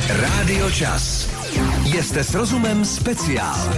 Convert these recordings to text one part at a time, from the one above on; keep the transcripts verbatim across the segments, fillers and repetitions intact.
Rádio Čas. Jste s rozumem speciál.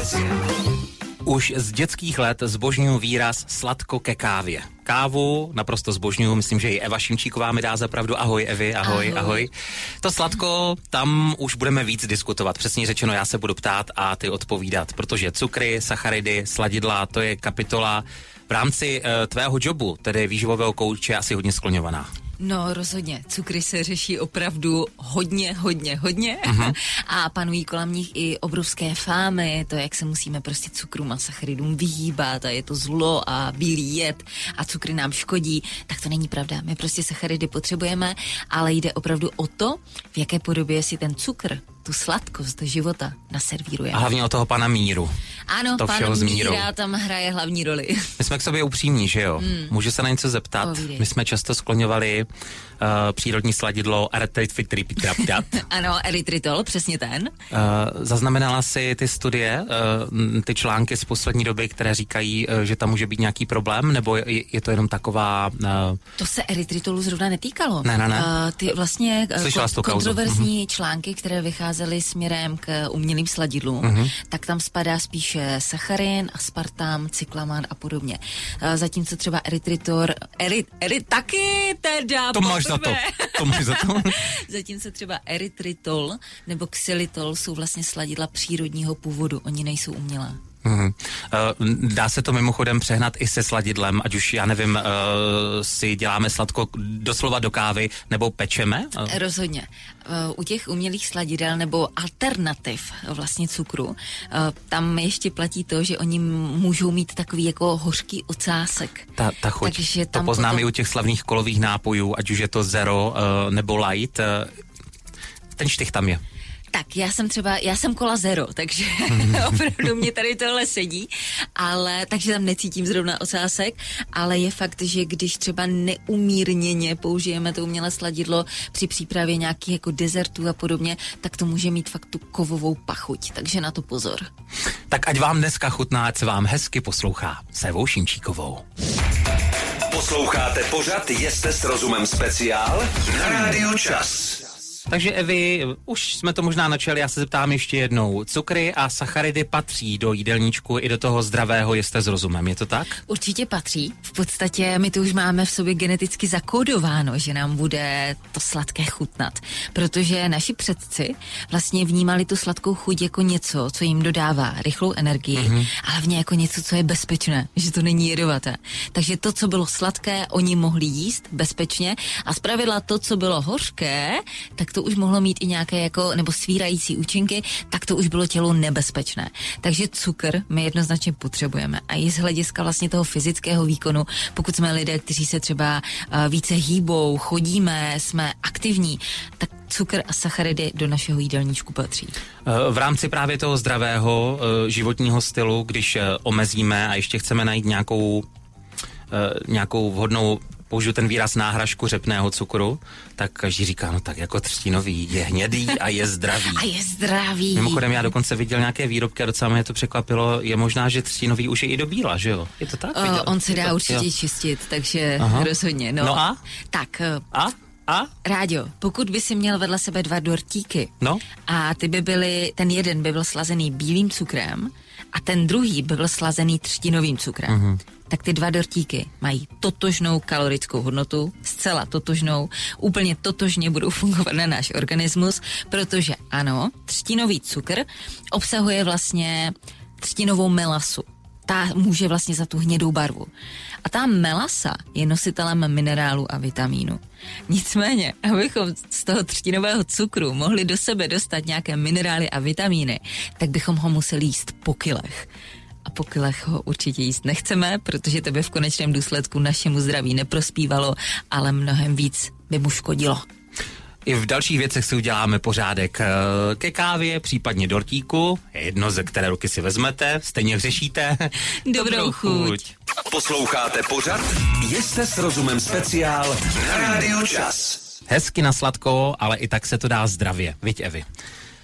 Už z dětských let zbožňuju výraz sladko ke kávě. Kávu naprosto zbožňuju, myslím, že i Eva Šimčíková mi dá za pravdu. Ahoj Evi, ahoj, ahoj, ahoj. To sladko, tam už budeme víc diskutovat. Přesně řečeno, já se budu ptát a ty odpovídat, protože cukry, sacharidy, sladidla, to je kapitola v rámci uh, tvého jobu, tedy výživového kouče, asi hodně skloňovaná. No rozhodně, cukry se řeší opravdu hodně, hodně, hodně uh-huh. a panují kolem nich i obrovské fámy, to jak se musíme prostě cukrům a sacharidům vyhýbat a je to zlo a bílý jed a cukry nám škodí, tak to není pravda, my prostě sacharidy potřebujeme, ale jde opravdu o to, v jaké podobě si ten cukr, tu sladkost života naservírujeme. A hlavně o toho pana Míru. Ano, to pan Míra tam hraje hlavní roli. My jsme k sobě upřímní, že jo? Hmm. Můžu se na něco zeptat? Povídej. My jsme často skloňovali uh, přírodní sladidlo erytritol. Ano, erytritol, přesně ten. Uh, zaznamenala si ty studie, uh, ty články z poslední doby, které říkají, uh, že tam může být nějaký problém, nebo je, je to jenom taková... Uh... To se erytritolu zrovna netýkalo. Ne, ne, ne. Uh, ty vlastně kon- kontroverzní uh-huh. články, které vycházely směrem k umělým sladidlům, uh-huh. tak tam spadá spíše sacharin, aspartam, cyklaman a podobně. Uh, zatímco třeba erytritor, eryt, eryt, taky teda To máš za to. To máš za to. Zatímco třeba erytritol nebo xylitol jsou vlastně sladidla přírodního původu, oni nejsou umělá. Mm-hmm. Dá se to mimochodem přehnat i se sladidlem, ať už, já nevím, uh, si děláme sladko doslova do kávy, nebo pečeme? Uh. Rozhodně. Uh, u těch umělých sladidel nebo alternativ vlastně cukru, uh, tam ještě platí to, že oni můžou mít takový jako hořký ocásek. Ta, ta chuť, Takže to tam poznáme potom... i u těch slavných kolových nápojů, ať už je to zero uh, nebo light, uh, ten štych tam je. Tak, já jsem třeba, já jsem kola zero, takže opravdu mě tady tohle sedí, ale, takže tam necítím zrovna ocásek, ale je fakt, že když třeba neumírněně použijeme to umělé sladidlo při přípravě nějakých jako dezertů a podobně, tak to může mít fakt tu kovovou pachuť, takže na to pozor. Tak ať vám dneska chutná, ať se vám hezky poslouchá s Evou Šimčíkovou. Posloucháte pořad Jste s rozumem speciál na Rádiu Čas. Takže Evi, už jsme to možná načali, já se zeptám ještě jednou. Cukry a sacharidy patří do jídelníčku i do toho zdravého Jste s rozumem, je to tak? Určitě patří. V podstatě my to už máme v sobě geneticky zakódováno, že nám bude to sladké chutnat. Protože naši předci vlastně vnímali tu sladkou chuť jako něco, co jim dodává rychlou energii, mm-hmm. ale hlavně jako něco, co je bezpečné, že to není jedovaté. Takže to, co bylo sladké, oni mohli jíst bezpečně a zpravidla to, co bylo hořké, tak to už mohlo mít i nějaké jako, nebo svírající účinky, tak to už bylo tělu nebezpečné. Takže cukr my jednoznačně potřebujeme. A i z hlediska vlastně toho fyzického výkonu, pokud jsme lidé, kteří se třeba uh, více hýbou, chodíme, jsme aktivní, tak cukr a sacharidy do našeho jídelníčku patří. V rámci právě toho zdravého uh, životního stylu, když uh, omezíme a ještě chceme najít nějakou, uh, nějakou vhodnou, použiju ten výraz, náhražku řepného cukru, tak každý říká, no tak jako třtinový je hnědý a je zdravý. A je zdravý. Mimochodem já dokonce viděl nějaké výrobky a docela mě to překvapilo, je možná, že třtinový už je i do bíla, že jo? Je to tak? O, Viděl? on se dá to, určitě jo. čistit, takže Aha. rozhodně. No, no a? Tak. A? A? Ráďo, pokud by si měl vedle sebe dva dortíky no? a ty by byly, ten jeden by byl slazený bílým cukrem a ten druhý by byl slazený třtinovým cukrem, mm-hmm. tak ty dva dortíky mají totožnou kalorickou hodnotu, zcela totožnou, úplně totožně budou fungovat na náš organismus, protože ano, třtinový cukr obsahuje vlastně třtinovou melasu. Ta může vlastně za tu hnědou barvu. A ta melasa je nositelem minerálu a vitamínu. Nicméně, abychom z toho třtinového cukru mohli do sebe dostat nějaké minerály a vitamíny, tak bychom ho museli jíst po kilech. A po kilech ho určitě jíst nechceme, protože to by v konečném důsledku našemu zdraví neprospívalo, ale mnohem víc by mu škodilo. I v dalších věcech si uděláme pořádek. Ke kávě, případně dortíku, jedno ze které ruky si vezmete, stejně hřešíte. Dobrou chuť. Posloucháte pořad Jste s rozumem speciál na Rádiu Čas. Hezky na sladko, ale i tak se to dá zdravě, viď Evi?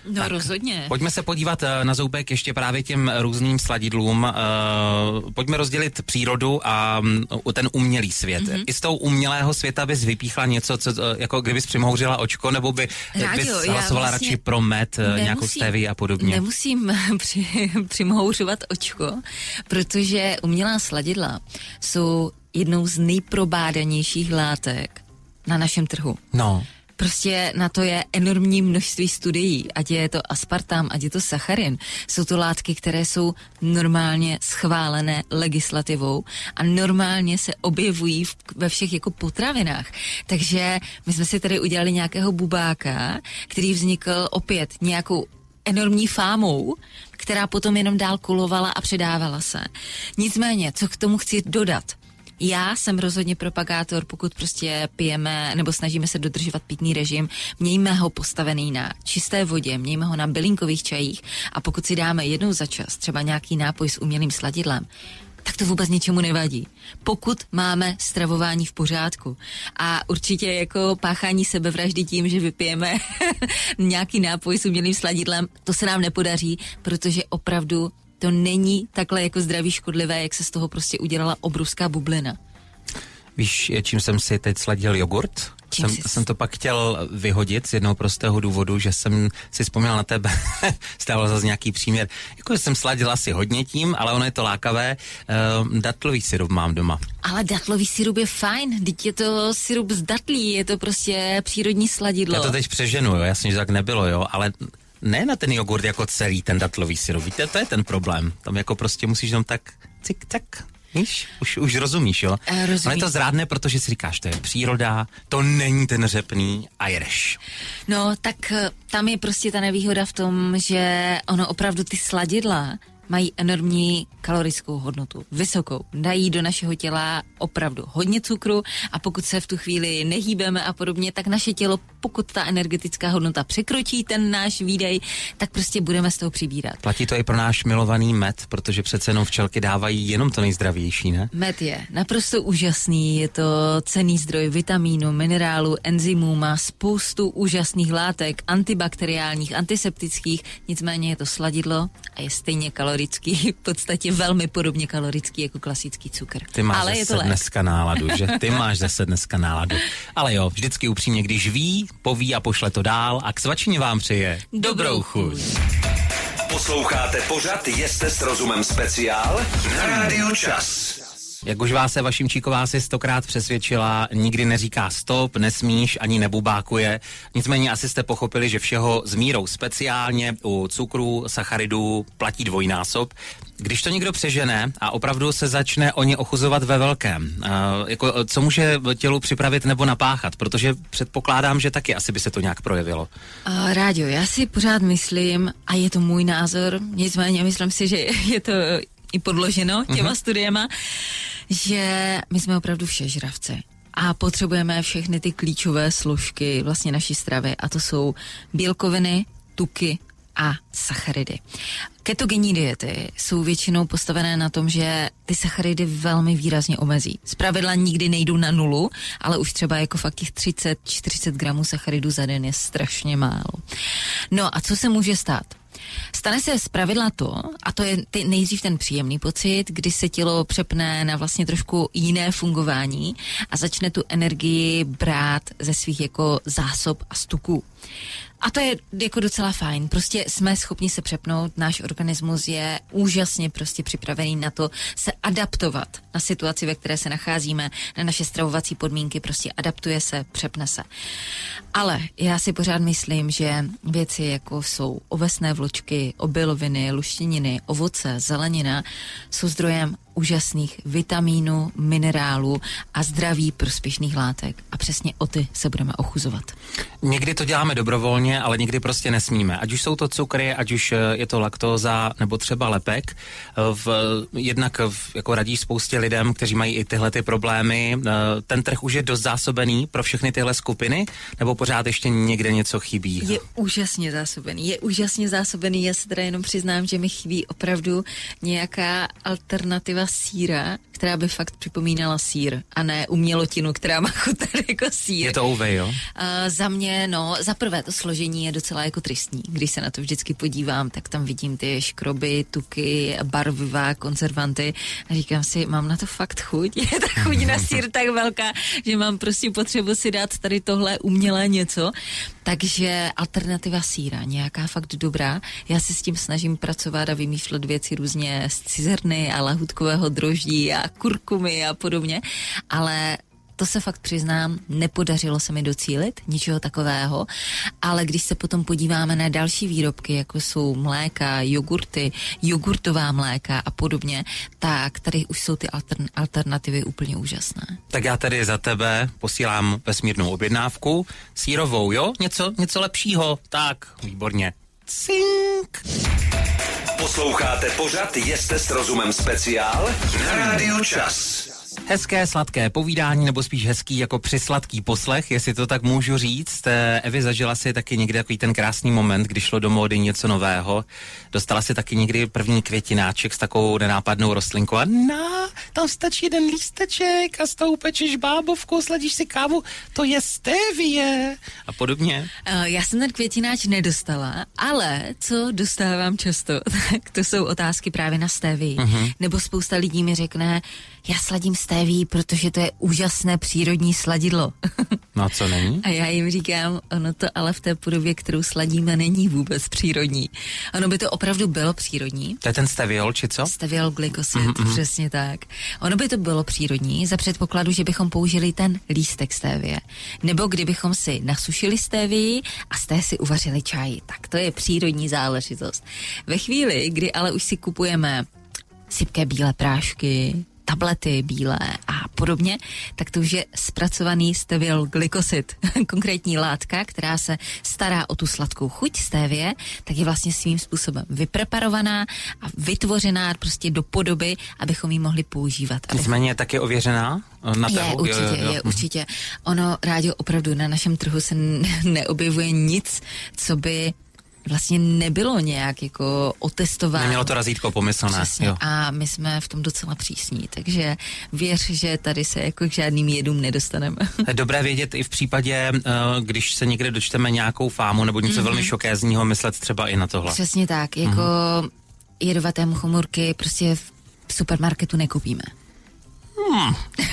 No tak, rozhodně. Pojďme se podívat na zoubek ještě právě těm různým sladidlům. Uh, pojďme rozdělit přírodu a um, ten umělý svět. Mm-hmm. I z toho umělého světa bys vypíchla něco, co, jako kdybys přimhouřila očko, nebo by Rádio, bys hlasovala vlastně radši pro med, nemusím, nějakou stevii a podobně? Nemusím při, přimhouřovat očko, protože umělá sladidla jsou jednou z nejprobádanějších látek na našem trhu. No. Prostě na to je enormní množství studií, ať je to aspartam, ať je to sacharin. Jsou to látky, které jsou normálně schválené legislativou a normálně se objevují v, ve všech jako potravinách. Takže my jsme si tady udělali nějakého bubáka, který vznikl opět nějakou enormní fámou, která potom jenom dál kulovala a předávala se. Nicméně, co k tomu chci dodat? Já jsem rozhodně propagátor, pokud prostě pijeme nebo snažíme se dodržovat pitný režim, mějme ho postavený na čisté vodě, mějme ho na bylinkových čajích a pokud si dáme jednou za čas třeba nějaký nápoj s umělým sladidlem, tak to vůbec ničemu nevadí. Pokud máme stravování v pořádku. A určitě jako páchání sebevraždy tím, že vypijeme nějaký nápoj s umělým sladidlem, to se nám nepodaří, protože opravdu to není takhle jako zdraví škodlivé, jak se z toho prostě udělala obrovská bublina. Víš, čím jsem si teď sladil jogurt? Jsem, jsi... jsem to pak chtěl vyhodit z jednoho prostého důvodu, že jsem si vzpomněl na tebe, stával zase nějaký příměr. Jako jsem sladil asi hodně tím, ale ono je to lákavé. Uh, datlový syrup mám doma. Ale datlový syrup je fajn, teď je to syrup z datlí, je to prostě přírodní sladidlo. Já to teď přeženu, jo, jasně, že tak nebylo, jo, ale ne na ten jogurt jako celý ten datlový syrup, víte, to je ten problém. Tam jako prostě musíš jenom tak, cik, tak, víš, už, už rozumíš, jo? Ale je to zrádné, protože si říkáš, to je příroda, to není ten řepný a jedeš. No, tak tam je prostě ta nevýhoda v tom, že ono opravdu ty sladidla mají enormní kalorickou hodnotu, vysokou. Dají do našeho těla opravdu hodně cukru a pokud se v tu chvíli nehýbeme a podobně, tak naše tělo, pokud ta energetická hodnota překročí ten náš výdej, tak prostě budeme z toho přibírat. Platí to i pro náš milovaný med, protože přece jenom včelky dávají jenom to nejzdravější, ne? Med je naprosto úžasný, je to cenný zdroj vitamínu, minerálu, enzymů, má spoustu úžasných látek, antibakteriálních, antiseptických, nicméně je to sladidlo a je stejně kalorický, v podstatě velmi podobně kalorický jako klasický cukr. Ty máš ale zase dneska náladu, že? Ty máš zase dneska náladu. Ale jo, vždycky upřímně, když ví, poví a pošle to dál a k svačině vám přeje dobrou chuť. Posloucháte pořad Jeste s rozumem speciál na Rádiu Čas. Jak už vás se vaším Číková si stokrát přesvědčila, nikdy neříká stop, nesmíš, ani nebubákuje. Nicméně asi jste pochopili, že všeho s mírou, speciálně u cukru, sacharidů platí dvojnásob. Když to někdo přežene a opravdu se začne o ně ochuzovat ve velkém, uh, jako, co může tělu připravit nebo napáchat? Protože předpokládám, že taky asi by se to nějak projevilo. Uh, Rádio, já si pořád myslím, a je to můj názor, nicméně myslím si, že je to i podloženo těma uh-huh. studiema, že my jsme opravdu všežravci a potřebujeme všechny ty klíčové složky vlastně naší stravy a to jsou bílkoviny, tuky a sacharidy. Ketogenní diety jsou většinou postavené na tom, že ty sacharidy velmi výrazně omezí. Zpravidla nikdy nejdou na nulu, ale už třeba jako fakt těch třicet čtyřicet gramů sacharidů za den je strašně málo. No a co se může stát? Stane se zpravidla to, a to je ty, nejdřív ten příjemný pocit, kdy se tělo přepne na vlastně trošku jiné fungování a začne tu energii brát ze svých jako zásob a stuků. A to je jako docela fajn, prostě jsme schopni se přepnout, náš organismus je úžasně prostě připravený na to se adaptovat na situaci, ve které se nacházíme, na naše stravovací podmínky, prostě adaptuje se, přepne se. Ale já si pořád myslím, že věci jako jsou ovesné vločky, obiloviny, luštěniny, ovoce, zelenina jsou zdrojem úžasných vitamínů, minerálů a zdraví prospěšných látek. A přesně o ty se budeme ochuzovat. Někdy to děláme dobrovolně, ale někdy prostě nesmíme. Ať už jsou to cukry, ať už je to laktóza nebo třeba lepek. V, jednak v, jako radí spoustě lidem, kteří mají i tyhle ty problémy. Ten trh už je dost zásobený pro všechny tyhle skupiny, nebo pořád ještě někde něco chybí? Je úžasně zásobený. Je úžasně zásobený. Já se teda jenom přiznám, že mi chybí opravdu nějaká alternativa sýra, která by fakt připomínala sýr a ne umělotinu, která má chutnat jako sýr. Je to ouvej, jo? Uh, za mě, no, za prvé to složení je docela jako tristní. Když se na to vždycky podívám, tak tam vidím ty škroby, tuky, barviva, konzervanty a říkám si, mám na to fakt chuť. Je ta chuť na sýr tak velká, že mám prostě potřebu si dát tady tohle umělé něco. Takže alternativa sýra, nějaká fakt dobrá. Já se s tím snažím pracovat a vymýšlet věci různě z cizerny a lahůdkového droždí a kurkumy a podobně, ale to se fakt přiznám, nepodařilo se mi docílit ničeho takového, ale když se potom podíváme na další výrobky, jako jsou mléka, jogurty, jogurtová mléka a podobně, tak tady už jsou ty altern- alternativy úplně úžasné. Tak já tady za tebe posílám vesmírnou objednávku, sýrovou, jo? Něco, něco lepšího? Tak, výborně. Cink! Posloucháte pořad Jeste s rozumem speciál na Rádiu Čas. Hezké, sladké povídání, nebo spíš hezký jako přisladký poslech, jestli to tak můžu říct. Evi, zažila si taky někdy takový ten krásný moment, když šlo do módy něco nového. Dostala si taky někdy první květináček s takovou nenápadnou rostlinkou a na, tam stačí jeden lísteček a s tou upečeš bábovku, sladíš si kávu, to je stevie a podobně. Uh, já jsem ten květináč nedostala, ale co dostávám často, tak to jsou otázky právě na stevii. Uh-huh. Nebo spousta lidí mi řekne, já sladím stevii, protože to je úžasné přírodní sladidlo. No a co není? A já jim říkám, ono to ale v té podobě, kterou sladíme, není vůbec přírodní. Ono by to opravdu bylo přírodní. To je ten steviol, či co? Steviol glykosid, mm-hmm. přesně tak. Ono by to bylo přírodní za předpokladu, že bychom použili ten lístek stevie. Nebo kdybychom si nasušili stevii a z té si uvařili čaj. Tak to je přírodní záležitost. Ve chvíli, kdy ale už si kupujeme sypké bílé prášky, tablety bílé a podobně, tak to už je zpracovaný steviol glykosid. Konkrétní látka, která se stará o tu sladkou chuť stevie, tak je vlastně svým způsobem vypreparovaná a vytvořená prostě do podoby, abychom ji mohli používat. Nicméně je taky ověřená na trhu? Je, určitě, jo, jo, jo. je, určitě. Ono, Rádio, opravdu na našem trhu se neobjevuje nic, co by vlastně nebylo nějak jako otestováno. Nemělo to razítko pomyslné. Přesně. Jo. A my jsme v tom docela přísní, takže věř, že tady se jako k žádným jedům nedostaneme. Dobré vědět i v případě, když se někde dočteme nějakou fámu nebo něco mm-hmm. velmi šokézního, myslet třeba i na tohle. Přesně tak, jako mm-hmm. jedovaté muchomurky prostě v supermarketu nekoupíme. Hmm.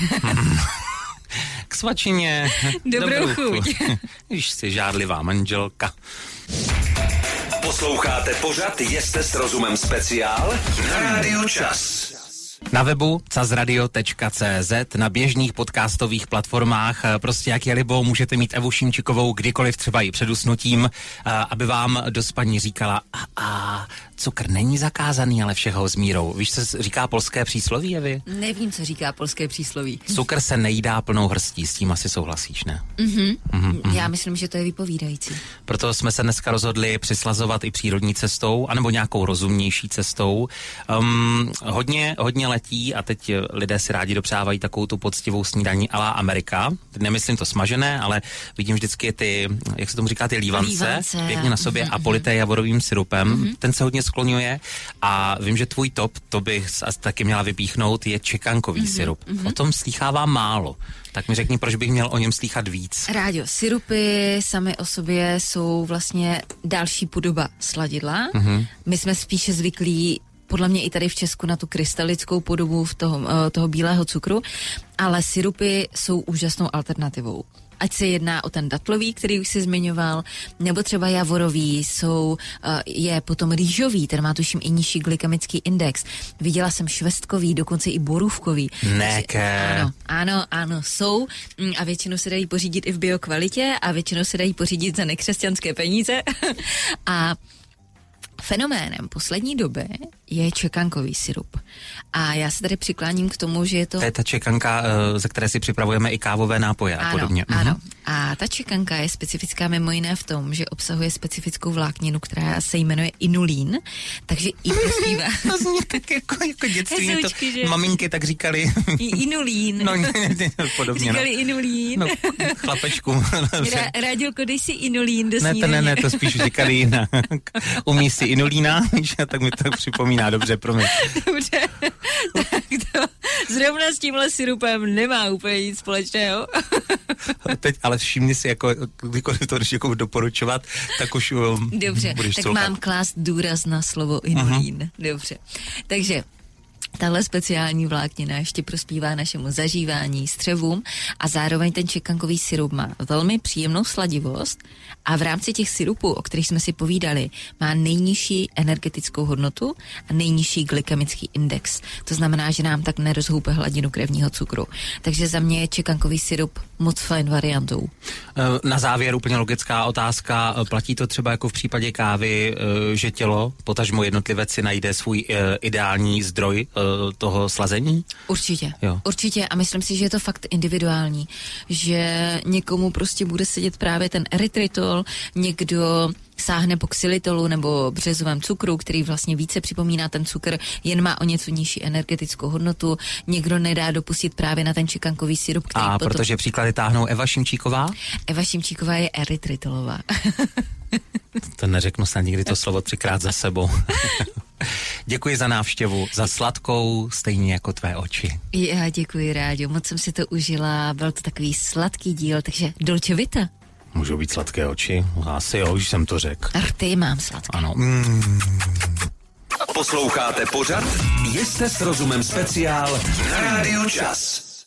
K svačině. Dobrou, dobrou chuť. Když jsi žádlivá manželka. Posloucháte pořad Jeste s rozumem speciál na Rádiu Čas. Na webu cazradio tečka cé zet, na běžných podcastových platformách, prostě jak je libo, můžete mít Evu Šimčikovou kdykoliv, třeba i před usnutím, aby vám do spaní říkala a, a cukr není zakázaný, ale všeho s mírou. Víš, co říká polské přísloví, Evi? Nevím, co říká polské přísloví. Cukr se nejídá plnou hrstí, s tím asi souhlasíš, ne? Mm-hmm. Mm-hmm. Já myslím, že to je vypovídající. Proto jsme se dneska rozhodli přislazovat i přírodní cestou, anebo nějakou rozumnější cestou. Um, hodně, hodně letí a teď lidé si rádi dopřávají takovou tu poctivou snídaní à la Amerika. Nemyslím to smažené, ale vidím vždycky ty, jak se tomu říká, ty lívance, lívance. Pěkně na sobě mm-hmm. a polité javorovým syrupem. Mm-hmm. Ten se hodně skloňuje a vím, že tvůj top, to bych taky měla vypíchnout, je čekankový mm-hmm. syrup. Mm-hmm. O tom slýchávám málo. Tak mi řekni, proč bych měl o něm slýchat víc. Rádio, syrupy sami o sobě jsou vlastně další podoba sladidla. Mm-hmm. My jsme spíše zvyklí podle mě i tady v Česku na tu krystalickou podobu v toho, toho bílého cukru, ale syrupy jsou úžasnou alternativou. Ať se jedná o ten datlový, který už jsi zmiňoval, nebo třeba javorový, jsou, je potom rýžový, ten má tuším i nižší glykemický index. Viděla jsem švestkový, dokonce i borůvkový. Neké. Ano, ano, ano, jsou a většinou se dají pořídit i v biokvalitě a většinou se dají pořídit za nekřesťanské peníze. A fenoménem poslední doby je čekankový syrup. A já se tady přikláním k tomu, že je to... To je ta čekanka, ze které si připravujeme i kávové nápoje ano, a podobně. Ano, mhm. A ta čekanka je specifická mimo jiné v tom, že obsahuje specifickou vlákninu, která se jmenuje inulín, takže i prospívá. To zní tak jako, jako dětství. Hezoučky, to maminky tak říkali... I inulín. No, ne, ne, podobně. Říkali no. inulín. No, chlapečku. Ra, Ráďulko, dej si inulín do snídaně. Ne, ne, ne, to spíš říkali jinak. Umí si inulína, tak mi to připomíná, dobře, promiň. Dobře, tak to, Zrovna s tímhle sirupem nemá úplně nic společného. Teď ale všimni si, jako, kdykoliv to jdeš jako doporučovat, tak už um, Dobře, budeš tak soukat. mám klást důraz na slovo inulín. Uh-huh. Dobře. Takže tahle speciální vláknina ještě prospívá našemu zažívání, střevům a zároveň ten čekankový sirup má velmi příjemnou sladivost a v rámci těch sirupů, o kterých jsme si povídali, má nejnižší energetickou hodnotu a nejnižší glykemický index. To znamená, že nám tak nerozhoupe hladinu krevního cukru. Takže za mě je čekankový sirup moc fajn variantou. Na závěr úplně logická otázka. Platí to třeba jako v případě kávy, že tělo, potažmo jednotlivec si najde svůj ideální zdroj toho slazení? Určitě, jo. určitě a myslím si, že je to fakt individuální, že někomu prostě bude sedět právě ten erytritol, někdo sáhne po xylitolu nebo březovém cukru, který vlastně více připomíná ten cukr, jen má o něco nižší energetickou hodnotu, někdo nedá dopustit právě na ten čekankový sirup, který A potom... protože příklady táhnou Eva Šimčíková? Eva Šimčíková je erytritolová. To neřeknu snad nikdy to slovo třikrát za sebou. Děkuji za návštěvu, za sladkou, stejně jako tvé oči. Já děkuji, Ráďo, moc jsem si to užila, byl to takový sladký díl, takže dolce vita. Můžou být sladké oči? Asi jo, už jsem to řekl. Rty mám sladké. Ano. Mm. Posloucháte pořad Jste s rozumem speciál na Rádiu Čas.